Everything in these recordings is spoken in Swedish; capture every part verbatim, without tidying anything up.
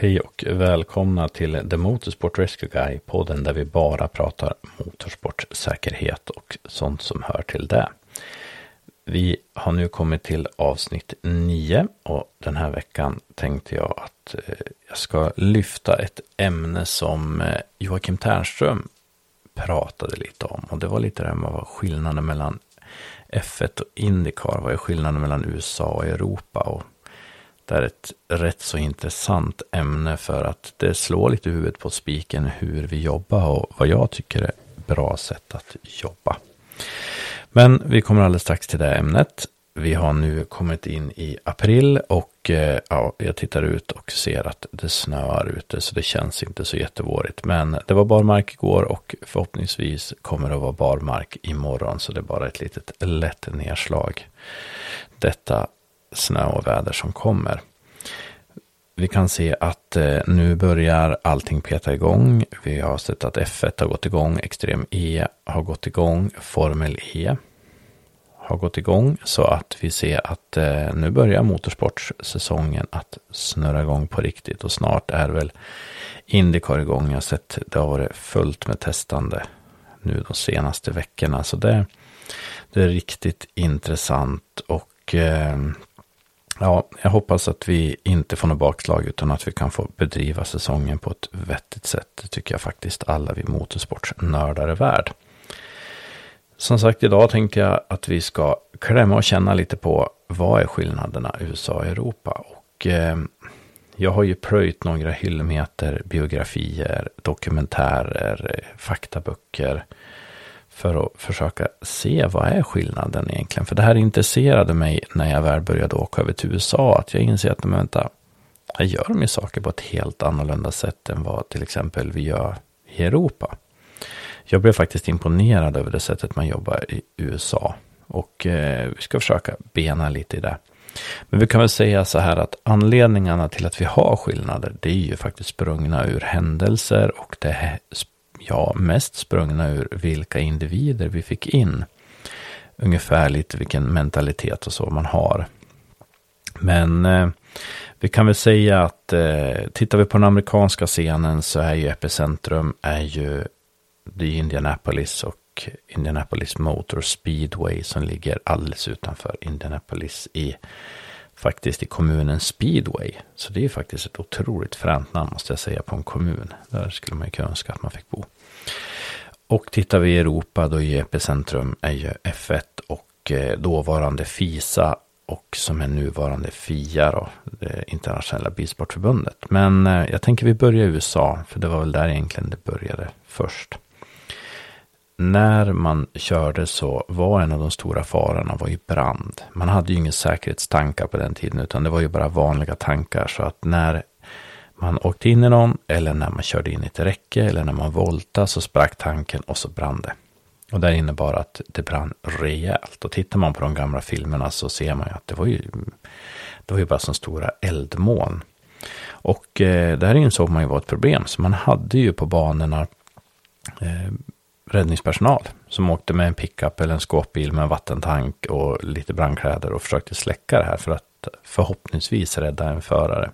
Hej och välkomna till The Motorsport Rescue Guy, podden där vi bara pratar motorsportsäkerhet och sånt som hör till det. Vi har nu kommit till avsnitt nio och den här veckan tänkte jag att jag ska lyfta ett ämne som Joakim Ternström pratade lite om. Och det var lite det här med vad skillnaden mellan F ett och IndyCar, vad är skillnaden mellan U S A och Europa. Och det är ett rätt så intressant ämne för att det slår lite huvudet på spiken hur vi jobbar och vad jag tycker är bra sätt att jobba. Men vi kommer alldeles strax till det här ämnet. Vi har nu kommit in i april och eh, ja, jag tittar ut och ser att det snöar ute så det känns inte så jättevårigt. Men det var barmark igår och förhoppningsvis kommer det att vara barmark imorgon, så det är bara ett litet lätt nedslag. Detta snö och väder som kommer. Vi kan se att eh, nu börjar allting peta igång. Vi har sett att F ett har gått igång, Extrem E har gått igång, Formel E har gått igång, så att vi ser att eh, nu börjar motorsportsäsongen att snurra igång på riktigt och snart är väl IndyCar igång. Jag har sett det har varit fullt med testande nu de senaste veckorna, så det, det är riktigt intressant och eh, ja, jag hoppas att vi inte får något bakslag utan att vi kan få bedriva säsongen på ett vettigt sätt. Det tycker jag faktiskt alla vi motorsportsnördar är värd. Som sagt, idag tänkte jag att vi ska klämma och känna lite på vad är skillnaderna U S A och Europa. Och eh, jag har ju plöjt några hyllmeter biografier, dokumentärer, faktaböcker för att försöka se vad är skillnaden egentligen. För det här intresserade mig när jag väl började åka över till U S A. Att jag inser att men vänta, här gör de ju saker på ett helt annorlunda sätt än vad till exempel vi gör i Europa. Jag blev faktiskt imponerad över det sättet man jobbar i U S A. Och eh, vi ska försöka bena lite i det. Men vi kan väl säga så här att anledningarna till att vi har skillnader, det är ju faktiskt sprungna ur händelser och det är ja, mest sprungna ur vilka individer vi fick in. Ungefär lite vilken mentalitet och så man har. Men eh, vi kan väl säga att eh, tittar vi på den amerikanska scenen så är ju epicentrum är ju det är Indianapolis och Indianapolis Motor Speedway som ligger alldeles utanför Indianapolis i faktiskt i kommunen Speedway. Så det är faktiskt ett otroligt fränt namn måste jag säga på en kommun. Där skulle man ju önska att man fick bo. Och tittar vi i Europa då är epicentrum är ju F ett och dåvarande FISA och som är nuvarande FIA då, det internationella bilsportförbundet. Men jag tänker vi börjar i U S A för det var väl där egentligen det började först. När man körde så var en av de stora farorna var ju brand. Man hade ju inga säkerhetstankar på den tiden utan det var ju bara vanliga tankar. Så att när man åkte in i någon eller när man körde in i ett räcke eller när man voltade så sprack tanken och så brann det. Och det innebar att det brann rejält. Och tittar man på de gamla filmerna så ser man ju att det var ju, det var ju bara som stora eldmoln. Och eh, det här insåg man ju var ett problem. Så man hade ju på banorna eh, räddningspersonal som åkte med en pickup eller en skåpbil med en vattentank och lite brandkläder och försökte släcka det här för att förhoppningsvis rädda en förare.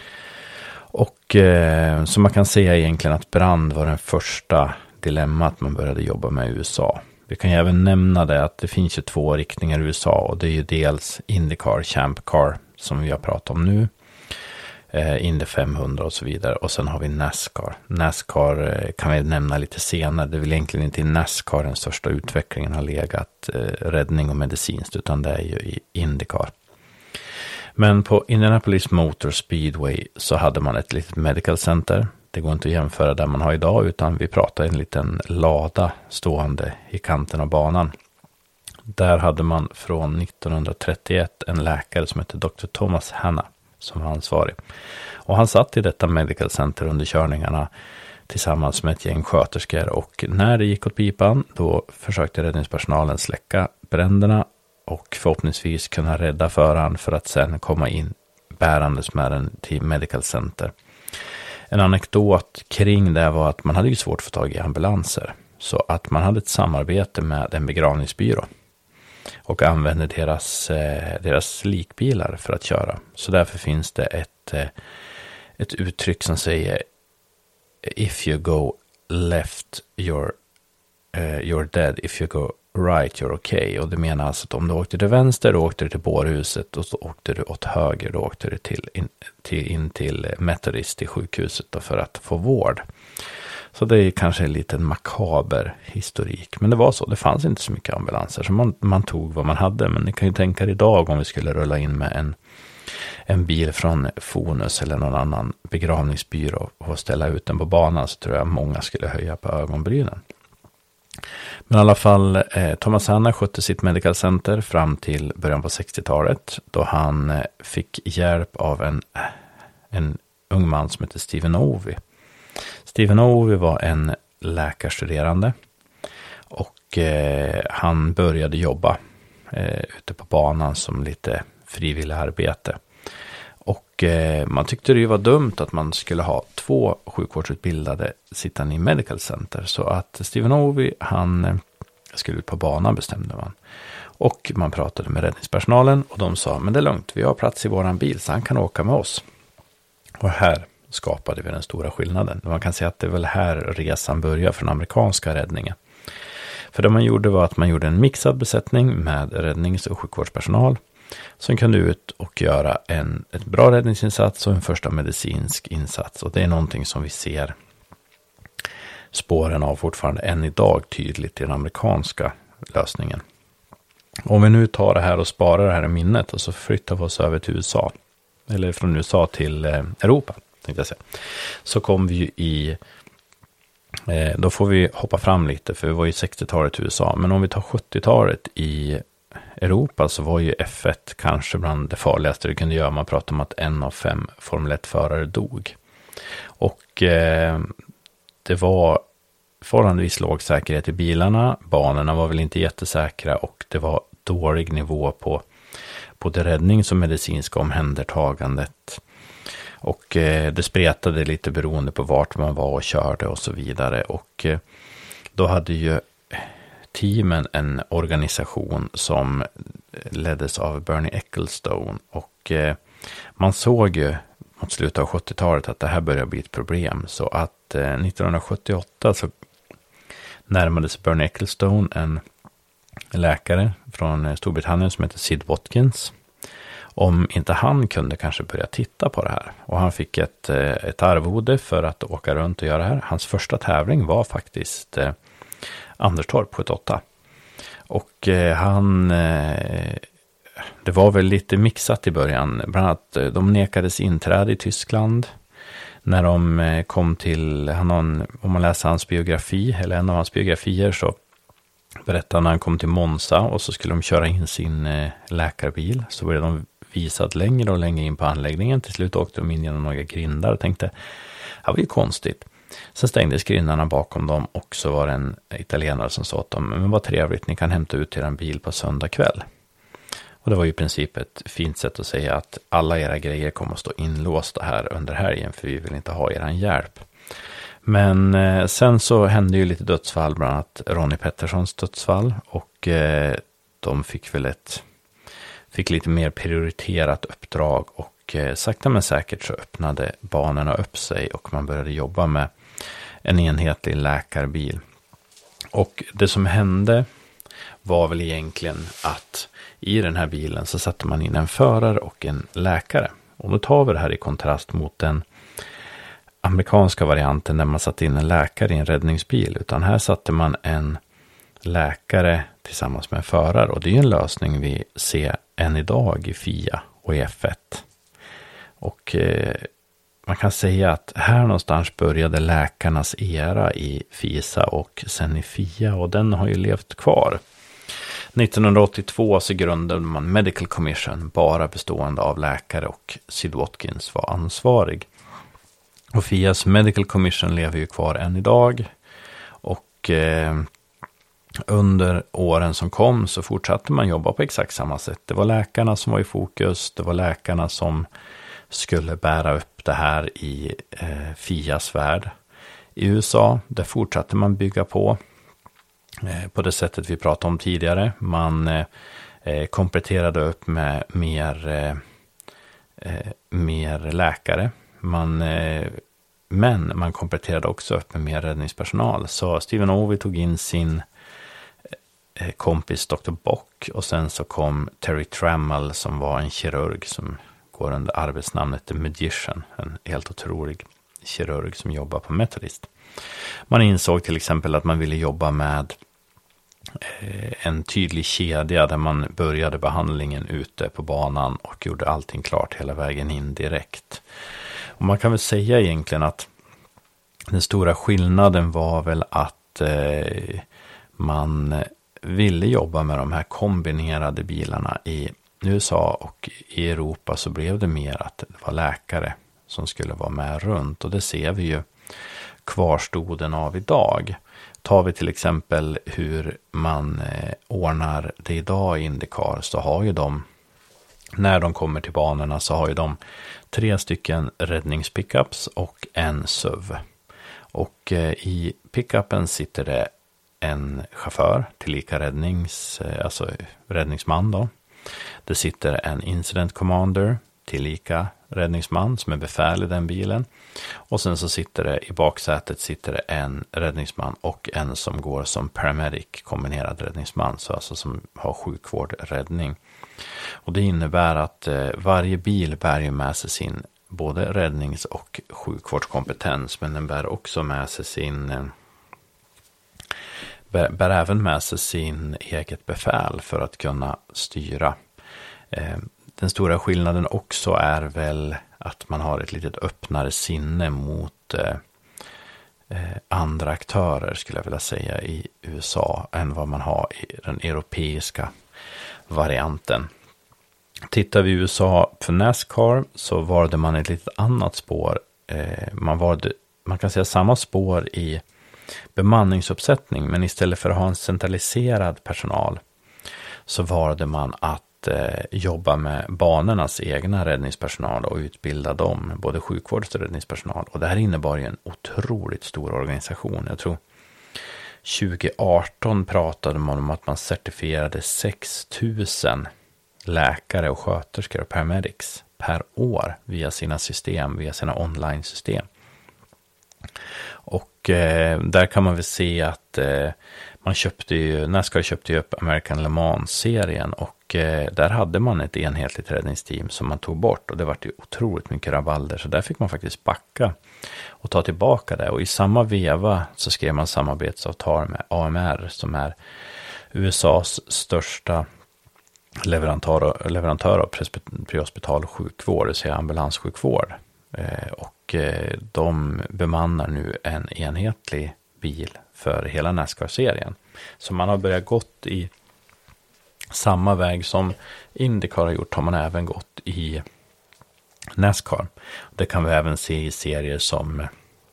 Och eh, så man kan säga egentligen att brand var den första dilemmat man började jobba med i U S A. Vi kan ju även nämna det att det finns ju två riktningar i U S A och det är ju dels IndyCar, Champ Car som vi har pratat om nu. Indy femhundra och så vidare. Och sen har vi NASCAR. NASCAR kan vi nämna lite senare. Det är väl egentligen inte i NASCAR den största utvecklingen har legat eh, räddning och medicinskt utan det är ju i IndyCar. Men på Indianapolis Motor Speedway så hade man ett litet medical center. Det går inte att jämföra där man har idag utan vi pratar en liten lada stående i kanten av banan. Där hade man från nittonhundratrettioett en läkare som heter doktor Thomas Hanna som var ansvarig. Och han satt i detta medical center under körningarna tillsammans med ett gäng sköterskor och när det gick åt pipan då försökte räddningspersonalen släcka bränderna och förhoppningsvis kunna rädda föraren för att sen komma in bärandes med den till medical center. En anekdot kring det var att man hade ju svårt att få tag i ambulanser så att man hade ett samarbete med en begravningsbyrå. Och använder deras, eh, deras likbilar för att köra. Så därför finns det ett, eh, ett uttryck som säger if you go left you're, uh, you're dead, if you go right you're okay. Och det menar alltså att om du åkte till vänster då åkte du till bårhuset och så åkte du åt höger då åkte du till, in, till, in till Methodist i sjukhuset då för att få vård. Så det är kanske en liten makaber historik. Men det var så, det fanns inte så mycket ambulanser så man, man tog vad man hade. Men ni kan ju tänka er idag om vi skulle rulla in med en, en bil från Fonus eller någon annan begravningsbyrå och ställa ut den på banan, så tror jag många skulle höja på ögonbrynen. Men i alla fall, eh, Thomas Hanna skötte sitt Medical Center fram till början på sextiotalet då han eh, fick hjälp av en, en ung man som heter Stephen Ovey. Stephen Ovey var en läkarstuderande och eh, han började jobba eh, ute på banan som lite frivillig arbete. Och eh, man tyckte det ju var dumt att man skulle ha två sjukvårdsutbildade sittande i Medical Center. Så att Stephen Ovey, han eh, skulle ut på banan bestämde man. Och man pratade med räddningspersonalen och de sa, men det är lugnt, vi har plats i våran bil så han kan åka med oss. Och här skapade vi den stora skillnaden. Man kan säga att det är väl här resan börjar för den amerikanska räddningen. För det man gjorde var att man gjorde en mixad besättning med räddnings- och sjukvårdspersonal som kunde ut och göra en ett bra räddningsinsats och en första medicinsk insats. Och det är någonting som vi ser spåren av fortfarande än idag tydligt i den amerikanska lösningen. Om vi nu tar det här och sparar det här i minnet och så flyttar vi oss över till U S A. Eller från U S A till eh, Europa, tänkte jag säga. Så kom vi ju i, eh, då får vi hoppa fram lite för vi var ju sextiotalet i U S A. Men om vi tar sjuttiotalet i Europa så var ju F ett kanske bland det farligaste det kunde göra. Man pratar om att en av fem Formel ett-förare dog. Och eh, det var förhållandevis låg säkerhet i bilarna. Banorna var väl inte jättesäkra och det var dålig nivå på både räddnings- och medicinska omhändertagandet. Och eh, det spretade lite beroende på vart man var och körde och så vidare. Och eh, då hade ju teamen en organisation som leddes av Bernie Ecclestone. Och eh, man såg ju mot slutet av sjuttiotalet att det här började bli ett problem. Så att eh, nittonhundrasjuttioåtta så närmades Bernie Ecclestone en läkare från Storbritannien som heter Sid Watkins. Om inte han kunde kanske börja titta på det här. Och han fick ett, ett arvode för att åka runt och göra det här. Hans första tävling var faktiskt eh, Anderstorp sjuttioåtta. Och eh, han, eh, det var väl lite mixat i början. Bland annat eh, de nekades inträde i Tyskland. När de eh, kom till, han har en, om man läser hans biografi, eller en av hans biografier så berättade när han kom till Monza och så skulle de köra in sin eh, läkarbil. Så blev de visat längre och längre in på anläggningen. Till slut åkte de in genom några grindar och tänkte, det var ju konstigt. Sen stängdes grindarna bakom dem och så var det en italienare som sa åt dem, men vad trevligt, ni kan hämta ut er bil på söndag kväll. Och det var ju i princip ett fint sätt att säga att alla era grejer kommer att stå inlåsta här under helgen för vi vill inte ha er hjälp. Men eh, sen så hände ju lite dödsfall, bland annat Ronnie Petterssons dödsfall och eh, de fick väl ett fick lite mer prioriterat uppdrag och eh, sakta men säkert så öppnade banorna upp sig och man började jobba med en enhetlig läkarbil. Och det som hände var väl egentligen att i den här bilen så satte man in en förare och en läkare. Och då tar vi det här i kontrast mot den amerikanska varianten där man satte in en läkare i en räddningsbil. Utan här satte man en läkare tillsammans med en förare. Och det är ju en lösning vi ser än idag i F I A och i F ett. Och eh, man kan säga att här någonstans började läkarnas era i FISA och sen i F I A. Och den har ju levt kvar. nittonhundraåttiotvå så grundade man Medical Commission, bara bestående av läkare, och Sid Watkins var ansvarig. Och F I A:s Medical Commission lever ju kvar än idag. Och eh, under åren som kom så fortsatte man jobba på exakt samma sätt. Det var läkarna som var i fokus. Det var läkarna som skulle bära upp det här i eh, F I A:s värld. I U S A, där fortsatte man bygga på. Eh, på det sättet vi pratade om tidigare. Man eh, kompletterade upp med mer, eh, mer läkare. man, eh, men man kompletterade också upp med mer räddningspersonal. Så Stephen Ovey tog in sin eh, kompis doktor Bock, och sen så kom Terry Trammell som var en kirurg som går under arbetsnamnet The Magician, en helt otrolig kirurg som jobbar på Methodist. Man insåg till exempel att man ville jobba med en tydlig kedja där man började behandlingen ute på banan och gjorde allting klart hela vägen in direkt. Och man kan väl säga egentligen att den stora skillnaden var väl att eh, man ville jobba med de här kombinerade bilarna. I U S A och i Europa så blev det mer att det var läkare som skulle vara med runt, och det ser vi ju kvarstoden av idag. Tar vi till exempel hur man eh, ordnar det idag i IndyCar, så har ju de, när de kommer till banorna så har ju de tre stycken räddningspickups och en S U V. Och eh, i pickupen sitter det en chaufför, tillika räddnings, eh, alltså räddningsman då. Det sitter en incident commander, tillika räddningsman som är befäl i den bilen. Och sen så sitter det i baksätet sitter det en räddningsman och en som går som paramedic, kombinerad räddningsman, så alltså som har sjukvård, räddning. Och det innebär att eh, varje bil bär ju med sig sin både räddnings- och sjukvårdskompetens, men den bär också med sig sin eh, bär, bär även med sig sin eget befäl för att kunna styra. Eh, Den stora skillnaden också är väl att man har ett litet öppnare sinne mot eh, eh, andra aktörer, skulle jag vilja säga, i U S A än vad man har i den europeiska varianten. Tittar vi i U S A för NASCAR så valde man ett litet annat spår. Eh, man valde, man kan säga samma spår i bemanningsuppsättning, men istället för att ha en centraliserad personal så valde man att jobba med banornas egna räddningspersonal och utbilda dem, både sjukvårds- och räddningspersonal. Och det här innebar ju en otroligt stor organisation. Jag tror tjugo arton pratade man om att man certifierade sex tusen läkare och sköterskor och paramedics per år via sina system, via sina online-system. Och eh, där kan man väl se att eh, man köpte ju, NASCAR köpte ju upp American Le Mans-serien, och eh, där hade man ett enhetligt räddningsteam som man tog bort, och det var ju otroligt mycket rabalder, så där fick man faktiskt backa och ta tillbaka det. Och i samma veva så skrev man samarbetsavtal med A M R som är U S A:s största leverantör, leverantör av prehospital sjukvård, det vill säga ambulanssjukvård. Eh, och eh, de bemannar nu en enhetlig bil för hela NASCAR-serien. Så man har börjat gått i samma väg som IndyCar har gjort, har man även gått i NASCAR. Det kan vi även se i serier som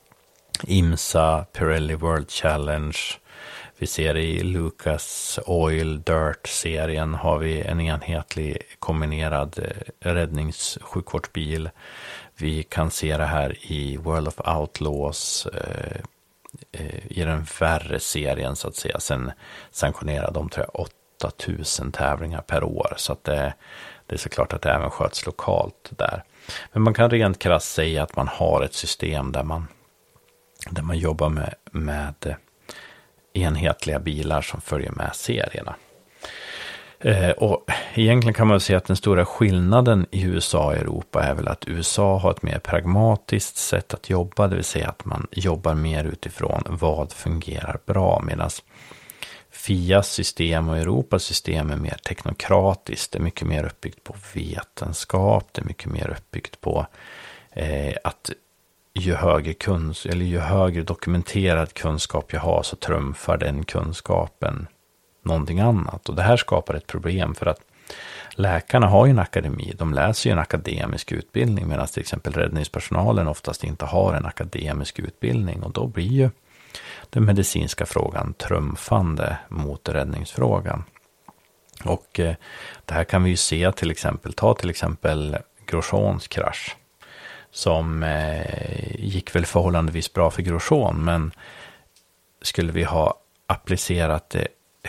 IMSA, Pirelli World Challenge. Vi ser i Lucas Oil Dirt-serien har vi en enhetlig kombinerad räddningssjukvårdsbil. Vi kan se det här i World of Outlaws, eh, i den värre serien så att säga. Sen sanktionerar de tror jag åtta tusen tävlingar per år, så att det, det är såklart att det även sköts lokalt där. Men man kan rent krasst säga att man har ett system där man, där man jobbar med, med enhetliga bilar som följer med serierna. Eh, och egentligen kan man säga att den stora skillnaden i U S A och Europa är väl att U S A har ett mer pragmatiskt sätt att jobba, det vill säga att man jobbar mer utifrån vad fungerar bra, medan F I A:s system och Europas system är mer teknokratiskt, det är mycket mer uppbyggt på vetenskap, det är mycket mer uppbyggt på eh, att ju högre, kunsk- eller ju högre dokumenterad kunskap jag har så trumfar den kunskapen någonting annat. Och det här skapar ett problem, för att läkarna har ju en akademi, de läser ju en akademisk utbildning, medan till exempel räddningspersonalen oftast inte har en akademisk utbildning, och då blir ju den medicinska frågan trumfande mot räddningsfrågan. Och eh, det här kan vi ju se till exempel, ta till exempel Grosjeans krasch, som eh, gick väl förhållandevis bra för Grosjean, men skulle vi ha applicerat det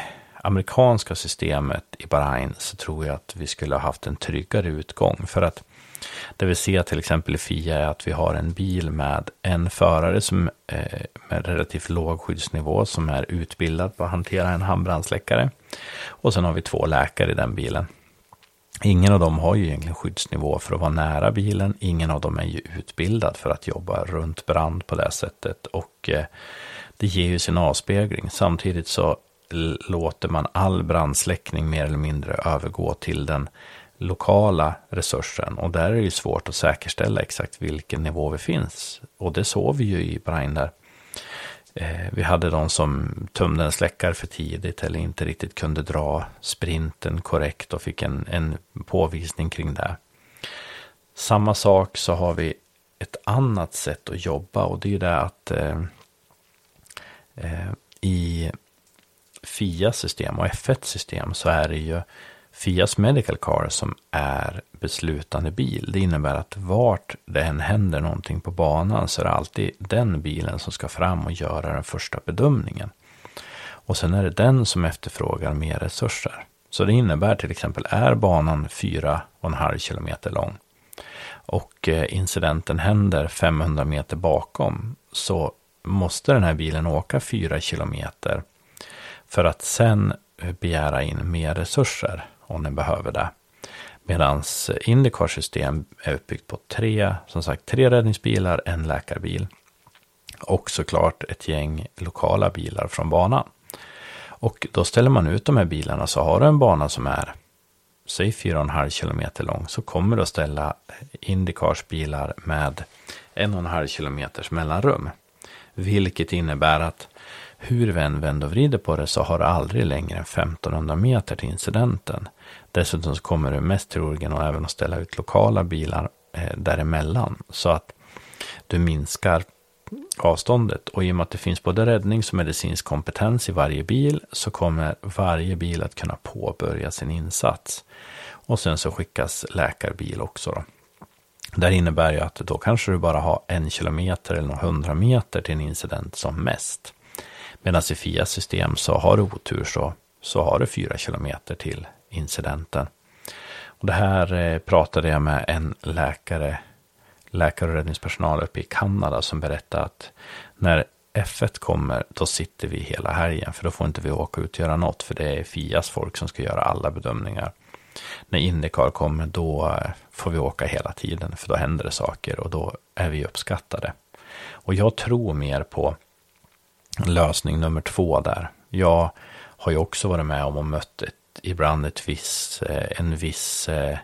amerikanska systemet i Bahrain så tror jag att vi skulle ha haft en tryggare utgång. För att det vi ser till exempel i F I A är att vi har en bil med en förare som eh, med relativt låg skyddsnivå som är utbildad på att hantera en handbrandsläckare. Och sen har vi två läkare i den bilen. Ingen av dem har ju egentligen skyddsnivå för att vara nära bilen. Ingen av dem är ju utbildad för att jobba runt brand på det sättet. Och eh, det ger ju sin avspegling. Samtidigt så l- låter man all brandsläckning mer eller mindre övergå till den lokala resursen. Och där är det ju svårt att säkerställa exakt vilken nivå vi finns. Och det såg vi ju i Bahrain där. Eh, vi hade de som tömde en släckare för tidigt eller inte riktigt kunde dra sprinten korrekt och fick en, en påvisning kring det. Samma sak så har vi ett annat sätt att jobba och det är ju det att eh, eh, i F I A-system och F ett-system så är det ju F I As Medical Car som är beslutande bil. Det innebär att vart det än händer någonting på banan så är det alltid den bilen som ska fram och göra den första bedömningen. Och sen är det den som efterfrågar mer resurser. Så det innebär till exempel är banan fyra komma fem kilometer lång och incidenten händer femhundra meter bakom så måste den här bilen åka fyra kilometer för att sen begära in mer resurser om den behöver det. Medan Indycar-system är uppbyggt på tre, som sagt, tre räddningsbilar, en läkarbil och såklart ett gäng lokala bilar från banan. Och då ställer man ut de här bilarna så har du en bana som är säg fyra komma fem kilometer lång så kommer du att ställa Indycars bilar med en komma fem kilometers mellanrum. Vilket innebär att hur vi än vänder och vrider på det så har du aldrig längre än femtonhundra meter till incidenten. Dessutom så kommer du mest troligen och även att ställa ut lokala bilar eh, däremellan så att du minskar avståndet. Och i och med att det finns både räddnings- och medicinsk kompetens i varje bil så kommer varje bil att kunna påbörja sin insats. Och sen så skickas läkarbil också då. Det innebär ju att då kanske du bara har en kilometer eller några hundra meter till en incident som mest. Medan i F I A-system så har du otur så, så har du fyra kilometer till incidenten. Och det här eh, pratade jag med en läkare, läkare och räddningspersonal uppe i Kanada som berättade att när F ett kommer då sitter vi hela helgen för då får inte vi åka ut och göra något för det är F I As folk som ska göra alla bedömningar. När Indycar kommer då får vi åka hela tiden för då händer det saker och då är vi uppskattade. Och jag tror mer på lösning nummer två där. Jag har ju också varit med om och mött ett, ibland ett viss, en viss eh,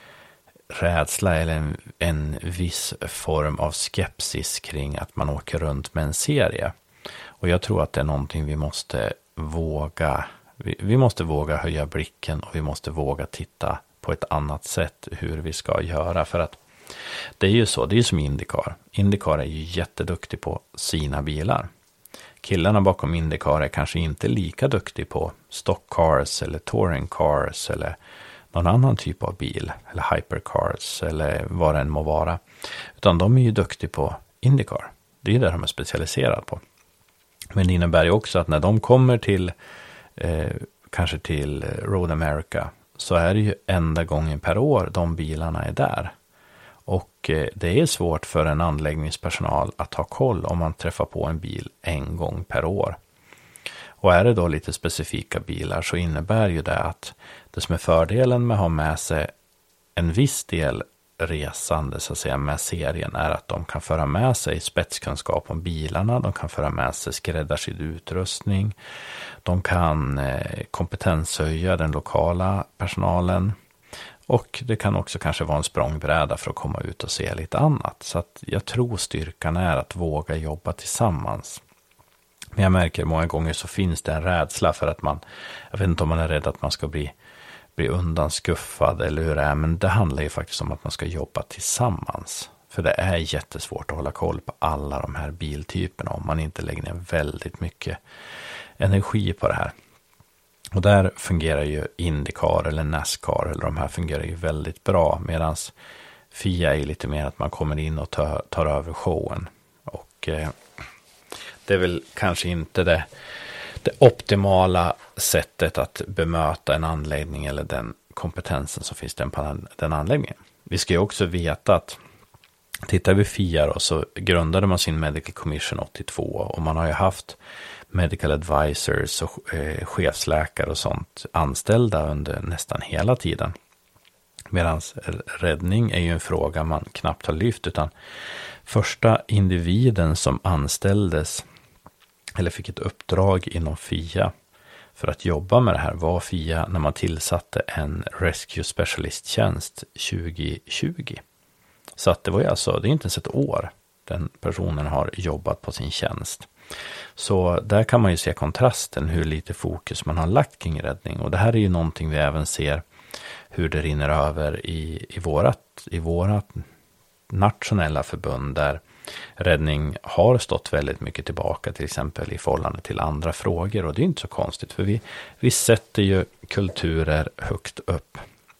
rädsla eller en, en viss form av skepsis kring att man åker runt med en serie. Och jag tror att det är någonting vi måste våga, vi, vi måste våga höja blicken och vi måste våga titta på ett annat sätt hur vi ska göra. För att det är ju så, det är ju som Indycar. Indycar är ju jätteduktig på sina bilar. Killarna bakom Indycar är kanske inte lika duktig på stock cars eller touring cars eller någon annan typ av bil eller hypercars eller vad det än må vara. Utan de är ju duktiga på Indycar. Det är ju det de är specialiserade på. Men det innebär ju också att när de kommer till eh, kanske till Road America så är det ju enda gången per år de bilarna är där. Och det är svårt för en anläggningspersonal att ha koll om man träffar på en bil en gång per år. Och är det då lite specifika bilar så innebär ju det att det som är fördelen med att ha med sig en viss del resande så att säga med serien är att de kan föra med sig spetskunskap om bilarna, de kan föra med sig skräddarsydd utrustning, de kan kompetenshöja den lokala personalen. Och det kan också kanske vara en språngbräda för att komma ut och se lite annat. Så att jag tror styrkan är att våga jobba tillsammans. Men jag märker många gånger så finns det en rädsla för att man, jag vet inte om man är rädd att man ska bli, bli undanskuffad eller hur det är. Men det handlar ju faktiskt om att man ska jobba tillsammans. För det är jättesvårt att hålla koll på alla de här biltyperna om man inte lägger ner väldigt mycket energi på det här. Och där fungerar ju Indycar eller NASCAR eller de här fungerar ju väldigt bra. Medan F I A är lite mer att man kommer in och tar, tar över showen. Och eh, det är väl kanske inte det, det optimala sättet att bemöta en anläggning eller den kompetensen som finns på den anläggningen. Vi ska ju också veta att tittar vi F I A då, så grundade man sin Medical Commission åttiotvå och man har ju haft medical advisors och eh, chefsläkare och sånt anställda under nästan hela tiden. Medan räddning är ju en fråga man knappt har lyft, utan första individen som anställdes eller fick ett uppdrag inom F I A för att jobba med det här var F I A när man tillsatte en Rescue Specialist-tjänst tjugo tjugo. Så att det var ju alltså, det är inte ens ett år den personen har jobbat på sin tjänst. Så där kan man ju se kontrasten, hur lite fokus man har lagt kring räddning. Och det här är ju någonting vi även ser hur det rinner över i, i, vårat, i vårat nationella förbund, där räddning har stått väldigt mycket tillbaka, till exempel i förhållande till andra frågor. Och det är inte så konstigt, för vi, vi sätter ju kulturer högt upp.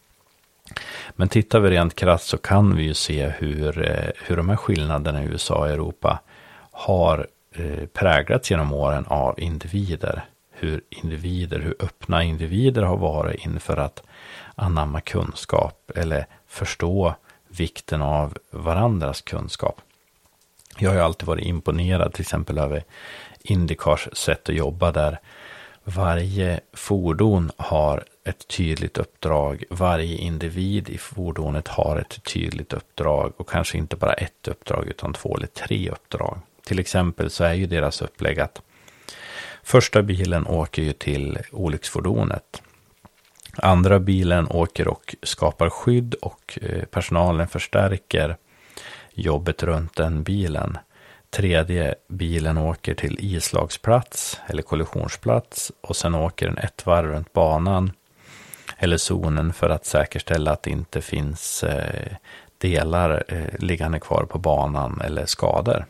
Men tittar vi rent krasst så kan vi ju se hur, hur de här skillnaderna i U S A och Europa har eh, präglats genom åren av individer. Hur individer, hur öppna individer har varit inför att anamma kunskap eller förstå vikten av varandras kunskap. Jag har ju alltid varit imponerad till exempel över Indycars sätt att jobba, där varje fordon har ett tydligt uppdrag. Varje individ i fordonet har ett tydligt uppdrag, och kanske inte bara ett uppdrag utan två eller tre uppdrag. Till exempel så är ju deras upplägg att första bilen åker ju till olycksfordonet. Andra bilen åker och skapar skydd, och personalen förstärker jobbet runt den bilen. Tredje bilen åker till islagsplats eller kollisionsplats, och sen åker den ett varv runt banan eller zonen för att säkerställa att det inte finns eh, delar eh, liggande kvar på banan eller skador.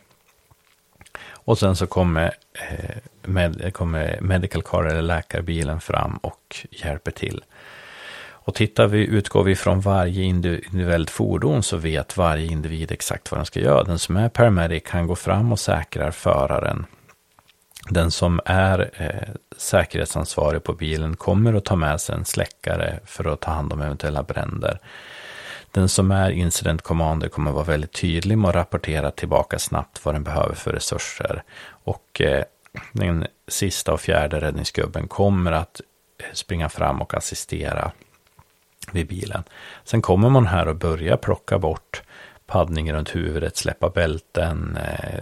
Och sen så kommer, eh, med, kommer medical car eller läkarbilen fram och hjälper till. Och tittar vi, utgår vi från varje individuellt fordon, så vet varje individ exakt vad den ska göra. Den som är paramedic kan gå fram och säkrar föraren. Den som är eh, säkerhetsansvarig på bilen kommer att ta med sig en släckare för att ta hand om eventuella bränder. Den som är incident commander kommer att vara väldigt tydlig med att rapportera tillbaka snabbt vad den behöver för resurser. Och eh, den sista och fjärde räddningsgubben kommer att springa fram och assistera vid bilen. Sen kommer man här och börja plocka bort paddning runt huvudet, släppa bälten, eh,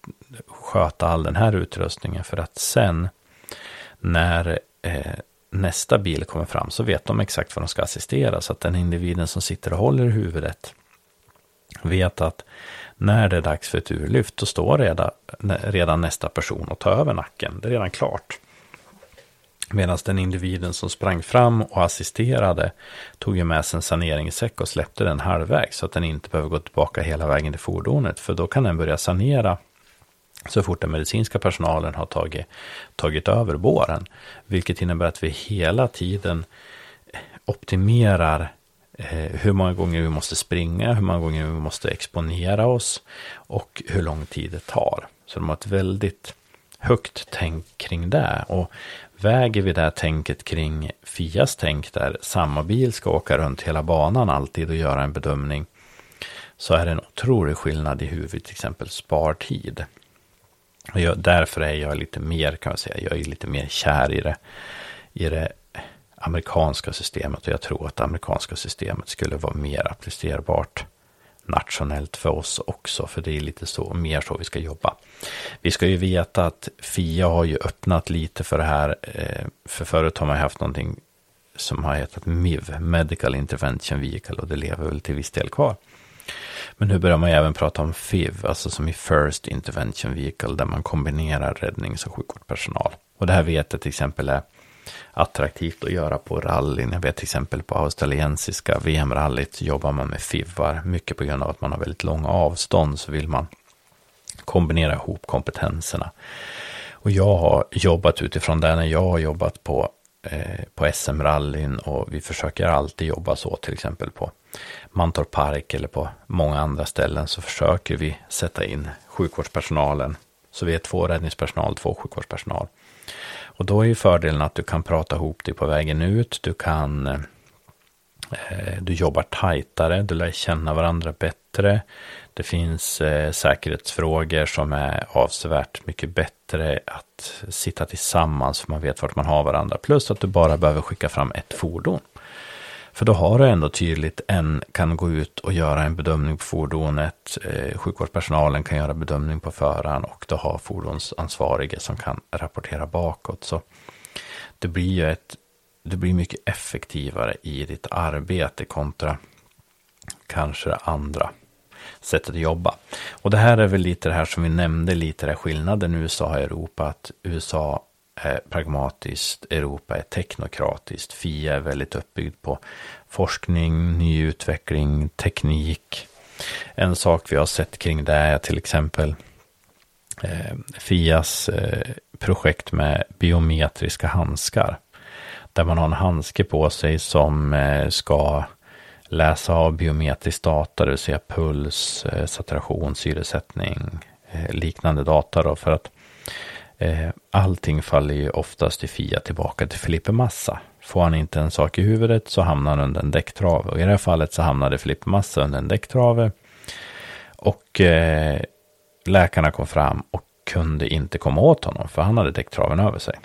sköta all den här utrustningen, för att sen när eh, nästa bil kommer fram så vet de exakt vad de ska assistera, så att den individen som sitter och håller i huvudet vet att när det är dags för ett urlyft, då står redan, redan nästa person och tar över nacken. Det är redan klart. Medan den individen som sprang fram och assisterade tog ju med sig en saneringssäck och släppte den halvvägs, så att den inte behöver gå tillbaka hela vägen till fordonet, för då kan den börja sanera så fort den medicinska personalen har tagit, tagit över båren. Vilket innebär att vi hela tiden optimerar eh, hur många gånger vi måste springa, hur många gånger vi måste exponera oss och hur lång tid det tar. Så de har ett väldigt högt tänk kring det. Och väger vi det här tänket kring F I As tänk, där samma bil ska åka runt hela banan alltid och göra en bedömning, så är det en otrolig skillnad i hur vi till exempel spar tid. Och jag, därför är jag lite mer, kan man säga, jag är lite mer kär i det, i det amerikanska systemet, och jag tror att det amerikanska systemet skulle vara mer applicerbart nationellt för oss också, för det är lite så, mer så vi ska jobba. Vi ska ju veta att F I A har ju öppnat lite för det här, för förut har man haft någonting som har hetat M I V, Medical Intervention Vehicle, och det lever väl till viss del kvar. Men nu börjar man ju även prata om F I V, alltså som i First Intervention Vehicle, där man kombinerar räddnings- och sjukvårdspersonal. Och det här vet jag till exempel är attraktivt att göra på rallyn. Jag vet till exempel på australiensiska V M-rallyt jobbar man med F I V-ar. Mycket på grund av att man har väldigt långa avstånd, så vill man kombinera ihop kompetenserna. Och jag har jobbat utifrån det när jag har jobbat på, eh, på S M-rallyn, och vi försöker alltid jobba så, till exempel på Mantorp Park eller på många andra ställen, så försöker vi sätta in sjukvårdspersonalen. Så vi är två räddningspersonal, två sjukvårdspersonal. Och då är ju fördelen att du kan prata ihop dig på vägen ut, du kan eh, du jobbar tajtare, du lär känna varandra bättre. Det finns eh, säkerhetsfrågor som är avsevärt mycket bättre att sitta tillsammans för man vet vart man har varandra. Plus att du bara behöver skicka fram ett fordon. För då har du ändå tydligt, en kan gå ut och göra en bedömning på fordonet, eh, sjukvårdspersonalen kan göra bedömning på föraren och då har fordonsansvarige som kan rapportera bakåt. Så det blir ju ett, det blir mycket effektivare i ditt arbete kontra kanske det andra sättet att jobba. Och det här är väl lite det här som vi nämnde, lite det skillnaden U S A och Europa, att U S A är pragmatiskt, Europa är teknokratiskt, F I A är väldigt uppbyggd på forskning, ny utveckling, teknik. En sak vi har sett kring det är till exempel eh, F I As eh, projekt med biometriska handskar, där man har en handske på sig som eh, ska läsa av biometrisk data, det vill säga puls, eh, saturation, syresättning, eh, liknande data då, för att eh, allting faller ju oftast i F I A tillbaka till Felipe Massa. Får han inte en sak i huvudet så hamnar han under en däcktrave, och i det här fallet så hamnade Felipe Massa under en däcktrave och eh, läkarna kom fram och kunde inte komma åt honom för han hade däcktraven över sig.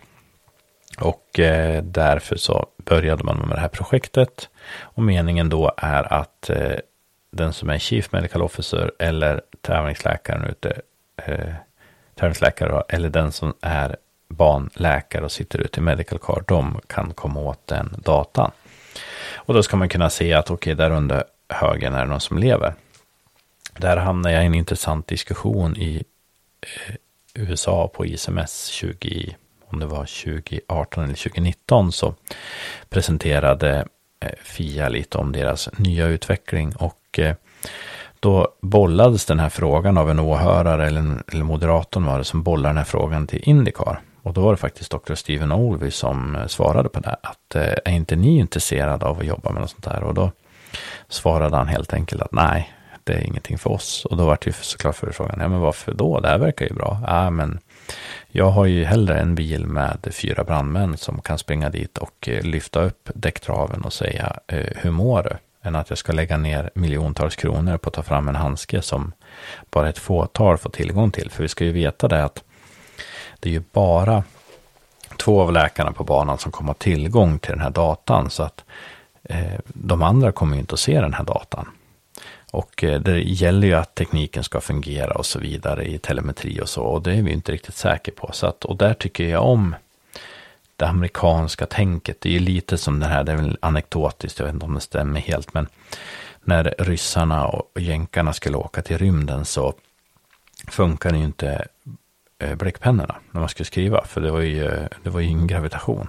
Och eh, därför så började man med det här projektet. Och meningen då är att eh, den som är Chief Medical Officer eller tävlingsläkaren ute, eh, tävlingsläkare eller den som är banläkare och sitter ute i medical car, de kan komma åt den datan. Och då ska man kunna se att okej, okay, där under högen är det någon som lever. Där hamnar jag i en intressant diskussion i eh, U S A på I S M S tjugo, om det var tjugo arton eller tjugo nitton, så presenterade eh, F I A lite om deras nya utveckling, och eh, då bollades den här frågan av en åhörare, eller, en, eller moderatorn var det som bollade den här frågan till IndyCar. Och då var det faktiskt doktor Stephen Olvey som svarade på det, att eh, är inte ni intresserade av att jobba med något sånt här? Och då svarade han helt enkelt att nej, det är ingenting för oss. Och då var det ju såklart för frågan, ja men varför då? Det här verkar ju bra. Ja, men jag har ju hellre en bil med fyra brandmän som kan springa dit och eh, lyfta upp däcktraven och säga eh, hur mår du? Än att jag ska lägga ner miljontals kronor på att ta fram en handske som bara ett fåtal får tillgång till. För vi ska ju veta det att det är ju bara två av läkarna på banan som kommer ha tillgång till den här datan, så att eh, de andra kommer ju inte att se den här datan. Och eh, det gäller ju att tekniken ska fungera och så vidare i telemetri och så, och det är vi inte riktigt säkra på. Så att, och där tycker jag om det amerikanska tänket. Det är ju lite som det här, det är väl anekdotiskt, jag vet inte om det stämmer helt, men när ryssarna och jänkarna skulle åka till rymden så funkar det ju inte bläckpennorna när man skulle skriva, för det var ju, det var ju ingen gravitation.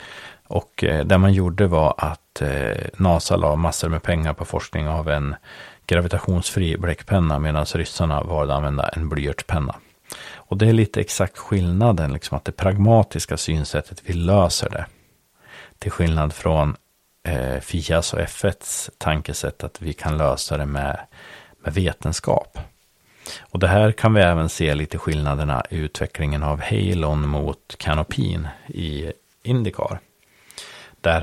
Och eh, det man gjorde var att eh, NASA la massor med pengar på forskning av en gravitationsfri bläckpenna, medan ryssarna var att använda en blyertspenna. Och det är lite exakt skillnaden, liksom att det pragmatiska synsättet, vi löser det. Till skillnad från eh, F I As och F etts tankesätt att vi kan lösa det med, med vetenskap. Och det här kan vi även se lite skillnaderna i utvecklingen av Halon mot Canopin i IndyCar. Där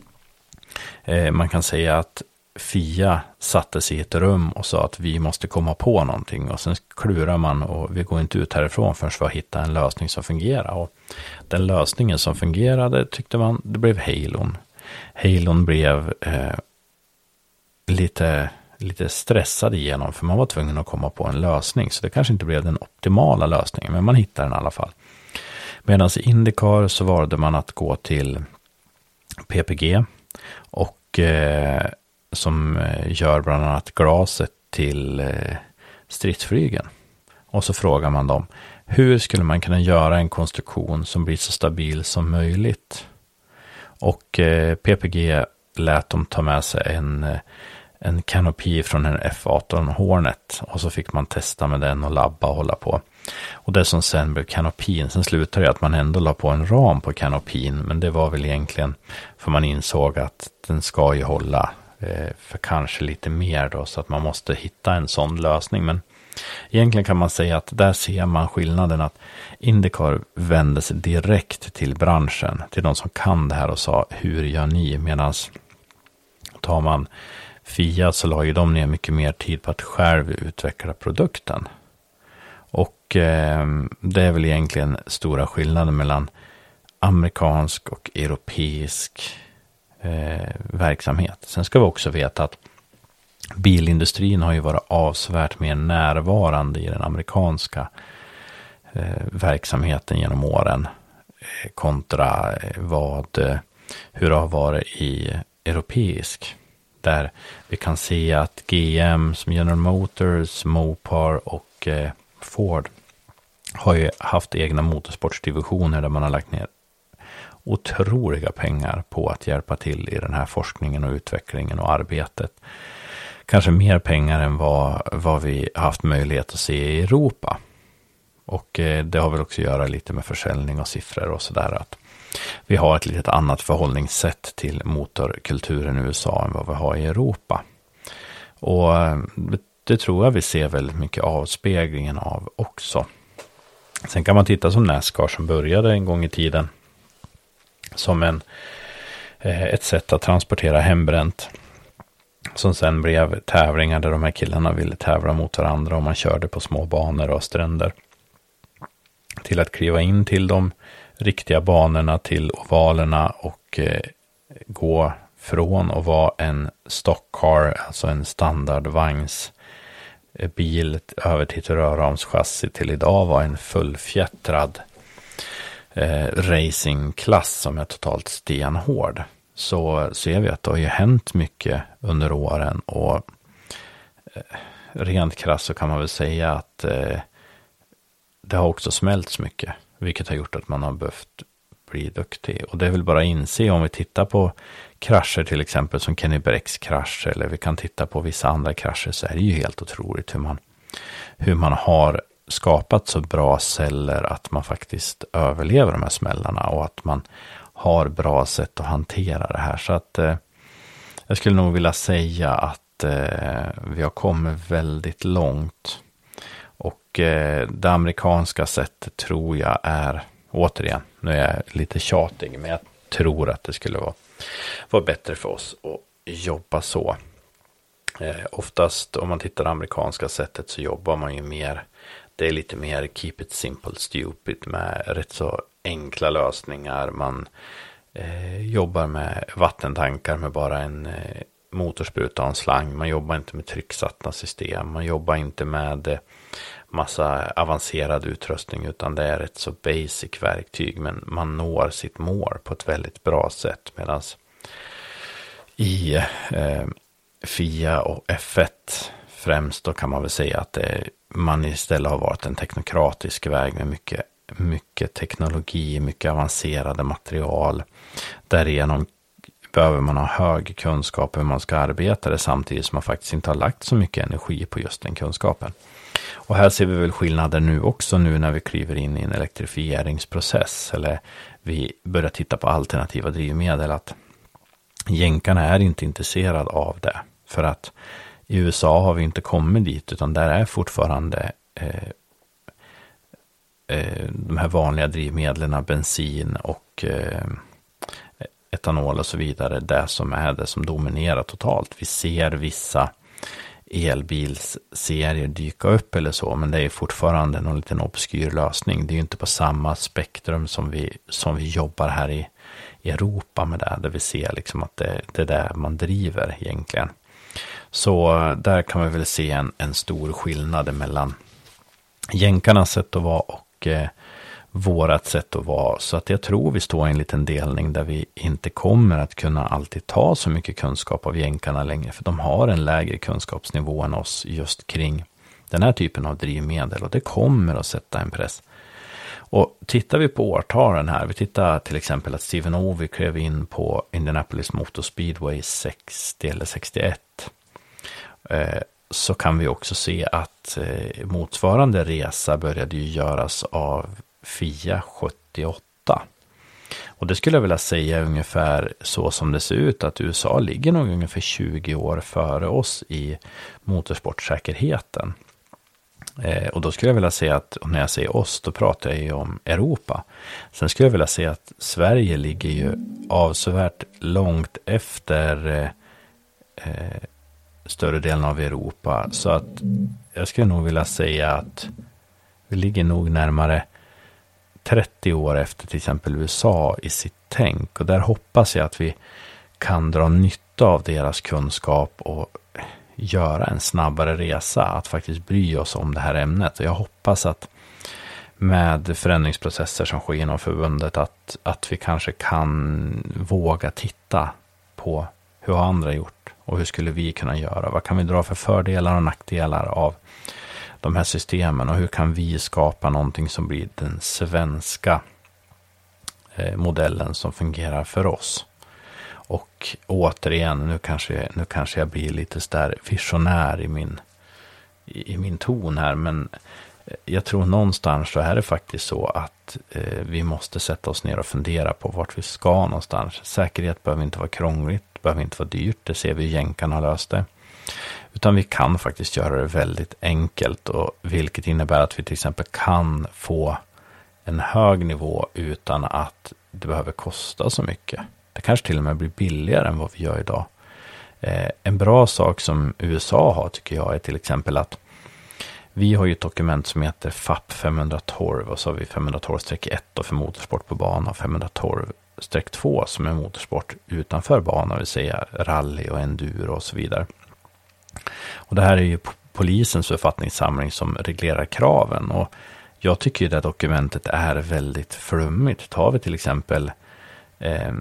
eh, man kan säga att F I A satte sig i ett rum och sa att vi måste komma på någonting, och sen klurar man och vi går inte ut härifrån förrän vi har hittat en lösning som fungerar. Och den lösningen som fungerade tyckte man, det blev Halon. Halon blev eh, lite... lite stressad igenom, för man var tvungen att komma på en lösning, så det kanske inte blev den optimala lösningen, men man hittade den i alla fall. Medan i IndyCar så valde man att gå till P P G och eh, som gör bland annat glaset till eh, stridsflygen, och så frågar man dem, hur skulle man kunna göra en konstruktion som blir så stabil som möjligt? Och eh, P P G lät dem ta med sig en en kanopi från en F arton Hornet, och så fick man testa med den och labba och hålla på. Och det som sen blev kanopin, sen slutade det att man ändå la på en ram på kanopin, men det var väl egentligen för man insåg att den ska ju hålla eh, för kanske lite mer då, så att man måste hitta en sån lösning. Men Egentligen kan man säga att där ser man skillnaden, att Indycar vände sig direkt till branschen, till de som kan det här och sa, hur gör ni? Medan tar man F I A så la ju de ner mycket mer tid på att själv utveckla produkten. Och eh, det är väl egentligen stora skillnader mellan amerikansk och europeisk eh, verksamhet. Sen ska vi också veta att bilindustrin har ju varit avsevärt mer närvarande i den amerikanska eh, verksamheten genom åren eh, kontra eh, vad, eh, hur det har varit i europeisk. Där vi kan se att G M som General Motors, Mopar och eh, Ford har ju haft egna motorsportsdivisioner där man har lagt ner otroliga pengar på att hjälpa till i den här forskningen och utvecklingen och arbetet. Kanske mer pengar än vad, vad vi haft möjlighet att se i Europa. Och eh, det har väl också att göra lite med försäljning och siffror och sådär, att vi har ett lite annat förhållningssätt till motorkulturen i U S A än vad vi har i Europa. Och det tror jag vi ser väldigt mycket avspeglingen av också. Sen kan man titta som NASCAR som började en gång i tiden som en, ett sätt att transportera hembränt. Som sen blev tävlingar där de här killarna ville tävla mot varandra och man körde på små banor och stränder. Till att kliva in till de riktiga banorna, till ovalerna och eh, gå från att vara en stock car, alltså en standardvagns bil, över till ett rörramschassi till idag var en fullfjättrad eh, racingklass som är totalt stenhård. Så ser vi att det har ju hänt mycket under åren och eh, rent krasst så kan man väl säga att eh, det har också smälts mycket, vilket har gjort att man har behövt bli duktig. Och det är väl bara att inse, om vi tittar på krascher till exempel som Kenny Brecks krasch, eller vi kan titta på vissa andra krascher, så är det ju helt otroligt hur man, hur man har skapat så bra celler att man faktiskt överlever de här smällarna och att man har bra sätt att hantera det här. Så att eh, jag skulle nog vilja säga att eh, vi har kommit väldigt långt. Och eh, det amerikanska sättet tror jag är, återigen, nu är jag lite tjatig, men jag tror att det skulle vara, vara bättre för oss att jobba så. Eh, oftast om man tittar det amerikanska sättet så jobbar man ju mer, det är lite mer keep it simple stupid med rätt så enkla lösningar. Man eh, jobbar med vattentankar med bara en eh, motorspruta och en slang. Man jobbar inte med trycksatta system. Man jobbar inte med eh, massa avancerad utrustning, utan det är ett så basic verktyg, men man når sitt mål på ett väldigt bra sätt. Medan i eh, F I A och F ett främst då kan man väl säga att det, man istället har varit en teknokratisk väg med mycket, mycket teknologi, mycket avancerade material. Därigenom behöver man ha hög kunskap hur man ska arbeta det, samtidigt som man faktiskt inte har lagt så mycket energi på just den kunskapen. Och här ser vi väl skillnader nu också, nu när vi kliver in i en elektrifieringsprocess, eller vi börjar titta på alternativa drivmedel, att jänkarna är inte intresserade av det. För att i U S A har vi inte kommit dit, utan där är fortfarande eh, eh, de här vanliga drivmedlen, bensin och eh, etanol och så vidare, det som är det som dominerar totalt. Vi ser vissa elbilsserier dyka upp eller så, men det är fortfarande någon liten obskyr lösning. Det är ju inte på samma spektrum som vi, som vi jobbar här i, i Europa med det, där vi ser liksom att det, det är där man driver egentligen. Så där kan man väl se en, en stor skillnad mellan jänkarnas sätt att vara och eh, vårat sätt att vara. Så att jag tror vi står i en liten delning där vi inte kommer att kunna alltid ta så mycket kunskap av jänkarna längre, för de har en lägre kunskapsnivå än oss just kring den här typen av drivmedel, och det kommer att sätta en press. Och tittar vi på årtalen här, vi tittar till exempel att Stephen Ovey klev in på Indianapolis Motor Speedway sextio eller sextioett, eh, så kan vi också se att eh, motsvarande resa började ju göras av F I A sjuttioåtta. Och det skulle jag vilja säga ungefär så som det ser ut, att U S A ligger nog ungefär tjugo år före oss i motorsportsäkerheten. Eh, och då skulle jag vilja säga att, och när jag säger oss, då pratar jag ju om Europa. Sen skulle jag vilja säga att Sverige ligger ju avsevärt långt efter eh, eh, större delen av Europa. Så att jag skulle nog vilja säga att vi ligger nog närmare trettio år efter till exempel U S A i sitt tänk. Och där hoppas jag att vi kan dra nytta av deras kunskap och göra en snabbare resa, att faktiskt bry oss om det här ämnet. Och jag hoppas att med förändringsprocesser som sker inom förbundet att, att vi kanske kan våga titta på hur har andra gjort och hur skulle vi kunna göra? Vad kan vi dra för fördelar och nackdelar av de här systemen och hur kan vi skapa någonting som blir den svenska eh, modellen som fungerar för oss? Och återigen, nu kanske, nu kanske jag blir lite där visionär i min, i, i min ton här, men jag tror någonstans så är det faktiskt så att eh, vi måste sätta oss ner och fundera på vart vi ska någonstans. Säkerhet behöver inte vara krångligt, behöver inte vara dyrt, det ser vi jänkarna löst det. Utan vi kan faktiskt göra det väldigt enkelt, och vilket innebär att vi till exempel kan få en hög nivå utan att det behöver kosta så mycket. Det kanske till och med blir billigare än vad vi gör idag. Eh, en bra sak som U S A har tycker jag är till exempel att vi har ju ett dokument som heter F A P femhundratolv och så har vi femhundratolv ett för motorsport på bana och femhundratolv två som är motorsport utanför bana, vill säga rally och enduro och så vidare. Och det här är ju polisens författningssamling som reglerar kraven, och jag tycker ju det dokumentet är väldigt flummigt. Tar vi till exempel eh,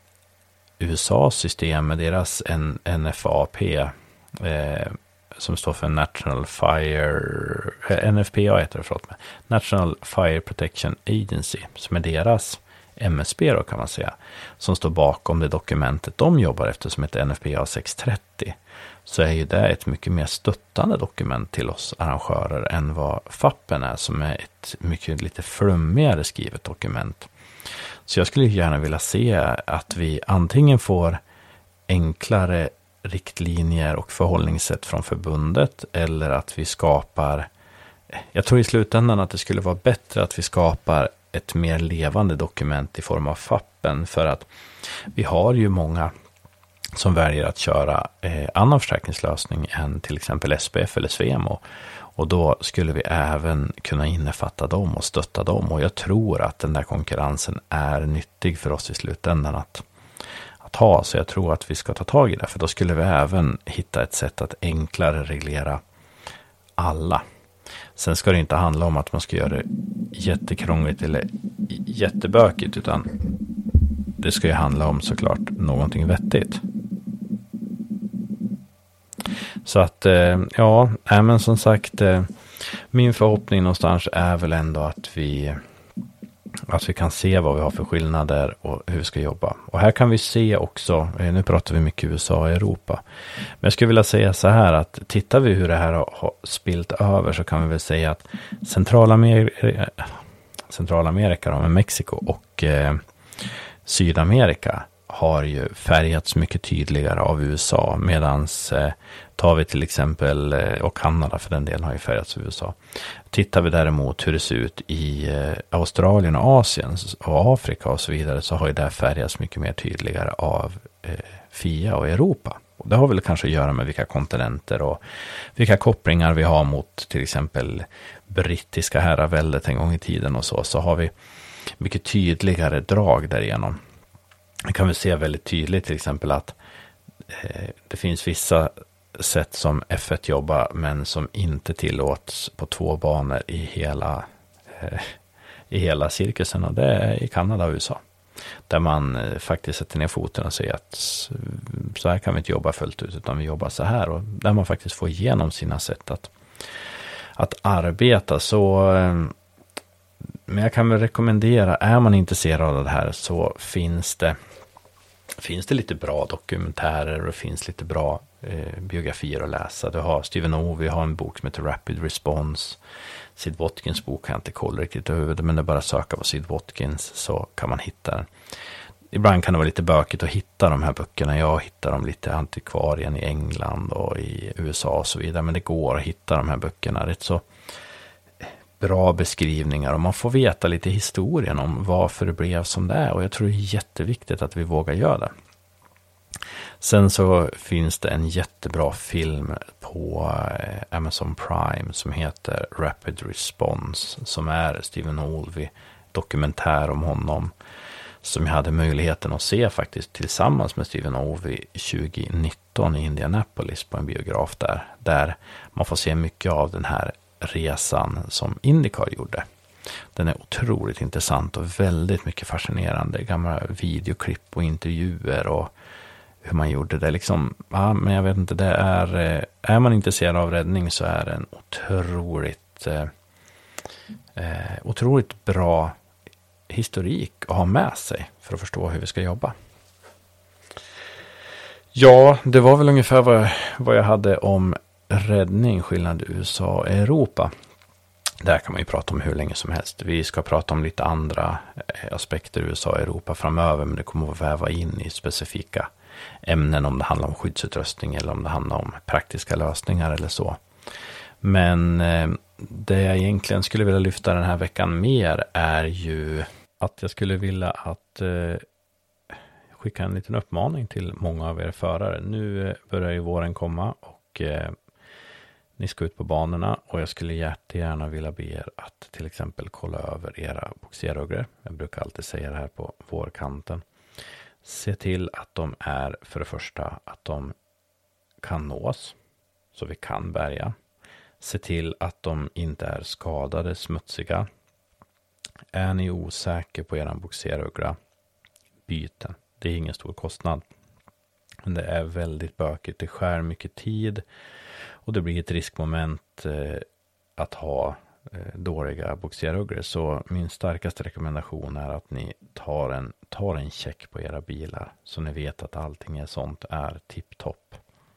U S A:s system med deras N F A P eh, som står för National Fire eh, N F P A heter det, förlåt mig. National Fire Protection Agency, som är deras M S B då kan man säga, som står bakom det dokumentet de jobbar efter som heter N F P A sexhundratrettio, så är ju det ett mycket mer stöttande dokument till oss arrangörer än vad F A P är, som är ett mycket lite flummigare skrivet dokument. Så jag skulle gärna vilja se att vi antingen får enklare riktlinjer och förhållningssätt från förbundet, eller att vi skapar, jag tror i slutändan att det skulle vara bättre att vi skapar ett mer levande dokument i form av F A P, för att vi har ju många som väljer att köra eh, annan försäkringslösning än till exempel S P F eller Svemo. Och då skulle vi även kunna innefatta dem och stötta dem. Och jag tror att den där konkurrensen är nyttig för oss i slutändan att, att ha. Så jag tror att vi ska ta tag i det. För då skulle vi även hitta ett sätt att enklare reglera alla. Sen ska det inte handla om att man ska göra det jättekrångligt eller jättebökigt, utan det ska ju handla om såklart någonting vettigt. Så att, ja, men som sagt, min förhoppning någonstans är väl ändå att vi, att vi kan se vad vi har för skillnader och hur vi ska jobba. Och här kan vi se också, nu pratar vi mycket U S A och Europa, men jag skulle vilja säga så här att tittar vi hur det här har spilt över, så kan vi väl säga att Centralamerika, Centralamerika då, med Mexiko och eh, Sydamerika har ju färgats mycket tydligare av U S A, medans eh, tar vi till exempel, eh, och Kanada för den delen har ju färgats av U S A. Tittar vi däremot hur det ser ut i eh, Australien och Asien och Afrika och så vidare, så har ju det färgats mycket mer tydligare av eh, F I A och Europa. Och det har väl kanske att göra med vilka kontinenter och vilka kopplingar vi har mot till exempel brittiska herraväldet en gång i tiden och så, så har vi mycket tydligare drag därigenom. Vi kan väl se väldigt tydligt till exempel att eh, det finns vissa sätt som F ett jobbar, men som inte tillåts på två banor i hela, eh, i hela cirkusen, och det är i Kanada och U S A. Där man eh, faktiskt sätter ner foten och säger att så här kan vi inte jobba fullt ut, utan vi jobbar så här, och där man faktiskt får igenom sina sätt att, att arbeta. Så eh, men jag kan väl rekommendera, är man intresserad av det här, så finns det finns det lite bra dokumentärer och det finns lite bra eh, biografier att läsa. Du har Stephen Ovey, har en bok som heter Rapid Response. Sid Watkins bok kan jag inte kolla riktigt över, men det är bara att söka på Sid Watkins så kan man hitta den. ibland kan det vara lite bökigt att hitta de här böckerna. Jag hittar dem lite antikvarien i England och i U S A och så vidare. Men det går att hitta de här böckerna. Rätt så bra beskrivningar och man får veta lite historien om varför det blev som det är. Och jag tror det är jätteviktigt att vi vågar göra det. Sen så finns det en jättebra film på Amazon Prime som heter Rapid Response, som är Stephen Olvey, dokumentär om honom, som jag hade möjligheten att se faktiskt tillsammans med Stephen Olvey tjugonitton i Indianapolis på en biograf där, där man får se mycket av den här resan som IndyCar gjorde. Den är otroligt intressant och väldigt mycket fascinerande. Gamla videoklipp och intervjuer och hur man gjorde det. Liksom, ja, men jag vet inte, det är, är man intresserad av räddning så är det en otroligt, eh, otroligt bra historik att ha med sig för att förstå hur vi ska jobba. Ja, det var väl ungefär vad, vad jag hade om räddning, skillnad U S A och Europa. Där kan man ju prata om hur länge som helst. Vi ska prata om lite andra aspekter U S A och Europa framöver, men det kommer att väva in i specifika ämnen om det handlar om skyddsutrustning eller om det handlar om praktiska lösningar eller så. Men eh, det jag egentligen skulle vilja lyfta den här veckan mer är ju att jag skulle vilja att eh, skicka en liten uppmaning till många av er förare. Nu börjar ju våren komma och eh, ni ska ut på banorna och jag skulle jättegärna vilja be er att till exempel kolla över era boxeruggar. Jag brukar alltid säga det här på vårkanten. Se till att de är, för det första, att de kan nås så vi kan bärga. Se till att de inte är skadade, smutsiga. Är ni osäker på er boxeruggla, byt den. Det är ingen stor kostnad. Men det är väldigt bökigt. Det skär mycket tid. Och det blir ett riskmoment eh, att ha eh, dåliga boxerugglor. Så min starkaste rekommendation är att ni tar en, tar en check på era bilar. Så ni vet att allting är sånt är tipptopp.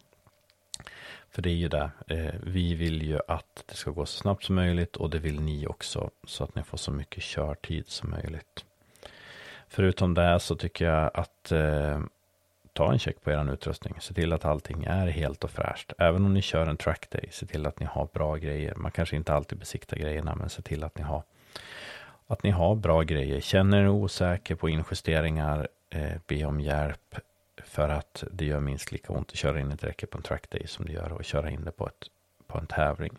För det är ju det. Eh, vi vill ju att det ska gå så snabbt som möjligt. Och det vill ni också. Så att ni får så mycket körtid som möjligt. Förutom det så tycker jag att eh, ta en check på er utrustning. Se till att allting är helt och fräscht. Även om ni kör en track day, se till att ni har bra grejer. Man kanske inte alltid besiktar grejerna, men se till att ni har, att ni har bra grejer. Känner er osäker på injusteringar, eh, be om hjälp. För att det gör minst lika ont att köra in ett räcke på en track day som det gör att köra in det på, ett, på en tävling.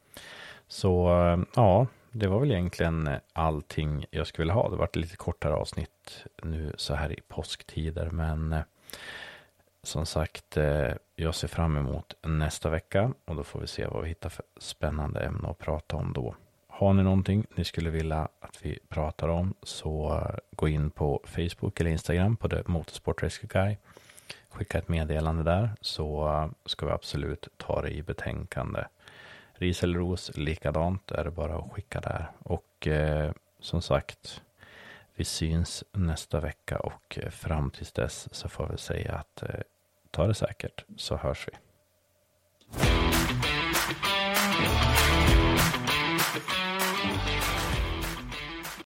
Så ja, det var väl egentligen allting jag skulle vilja ha. Det var ett lite kortare avsnitt nu så här i påsktider, men som sagt, jag ser fram emot nästa vecka och då får vi se vad vi hittar för spännande ämne att prata om då. Har ni någonting ni skulle vilja att vi pratar om så gå in på Facebook eller Instagram på The Motorsport Rescue Guy. Skicka ett meddelande där så ska vi absolut ta det i betänkande. Ris eller ros, likadant är det bara att skicka där. Och eh, som sagt, vi syns nästa vecka och fram tills dess så får vi säga att eh, ta det säkert så hörs vi.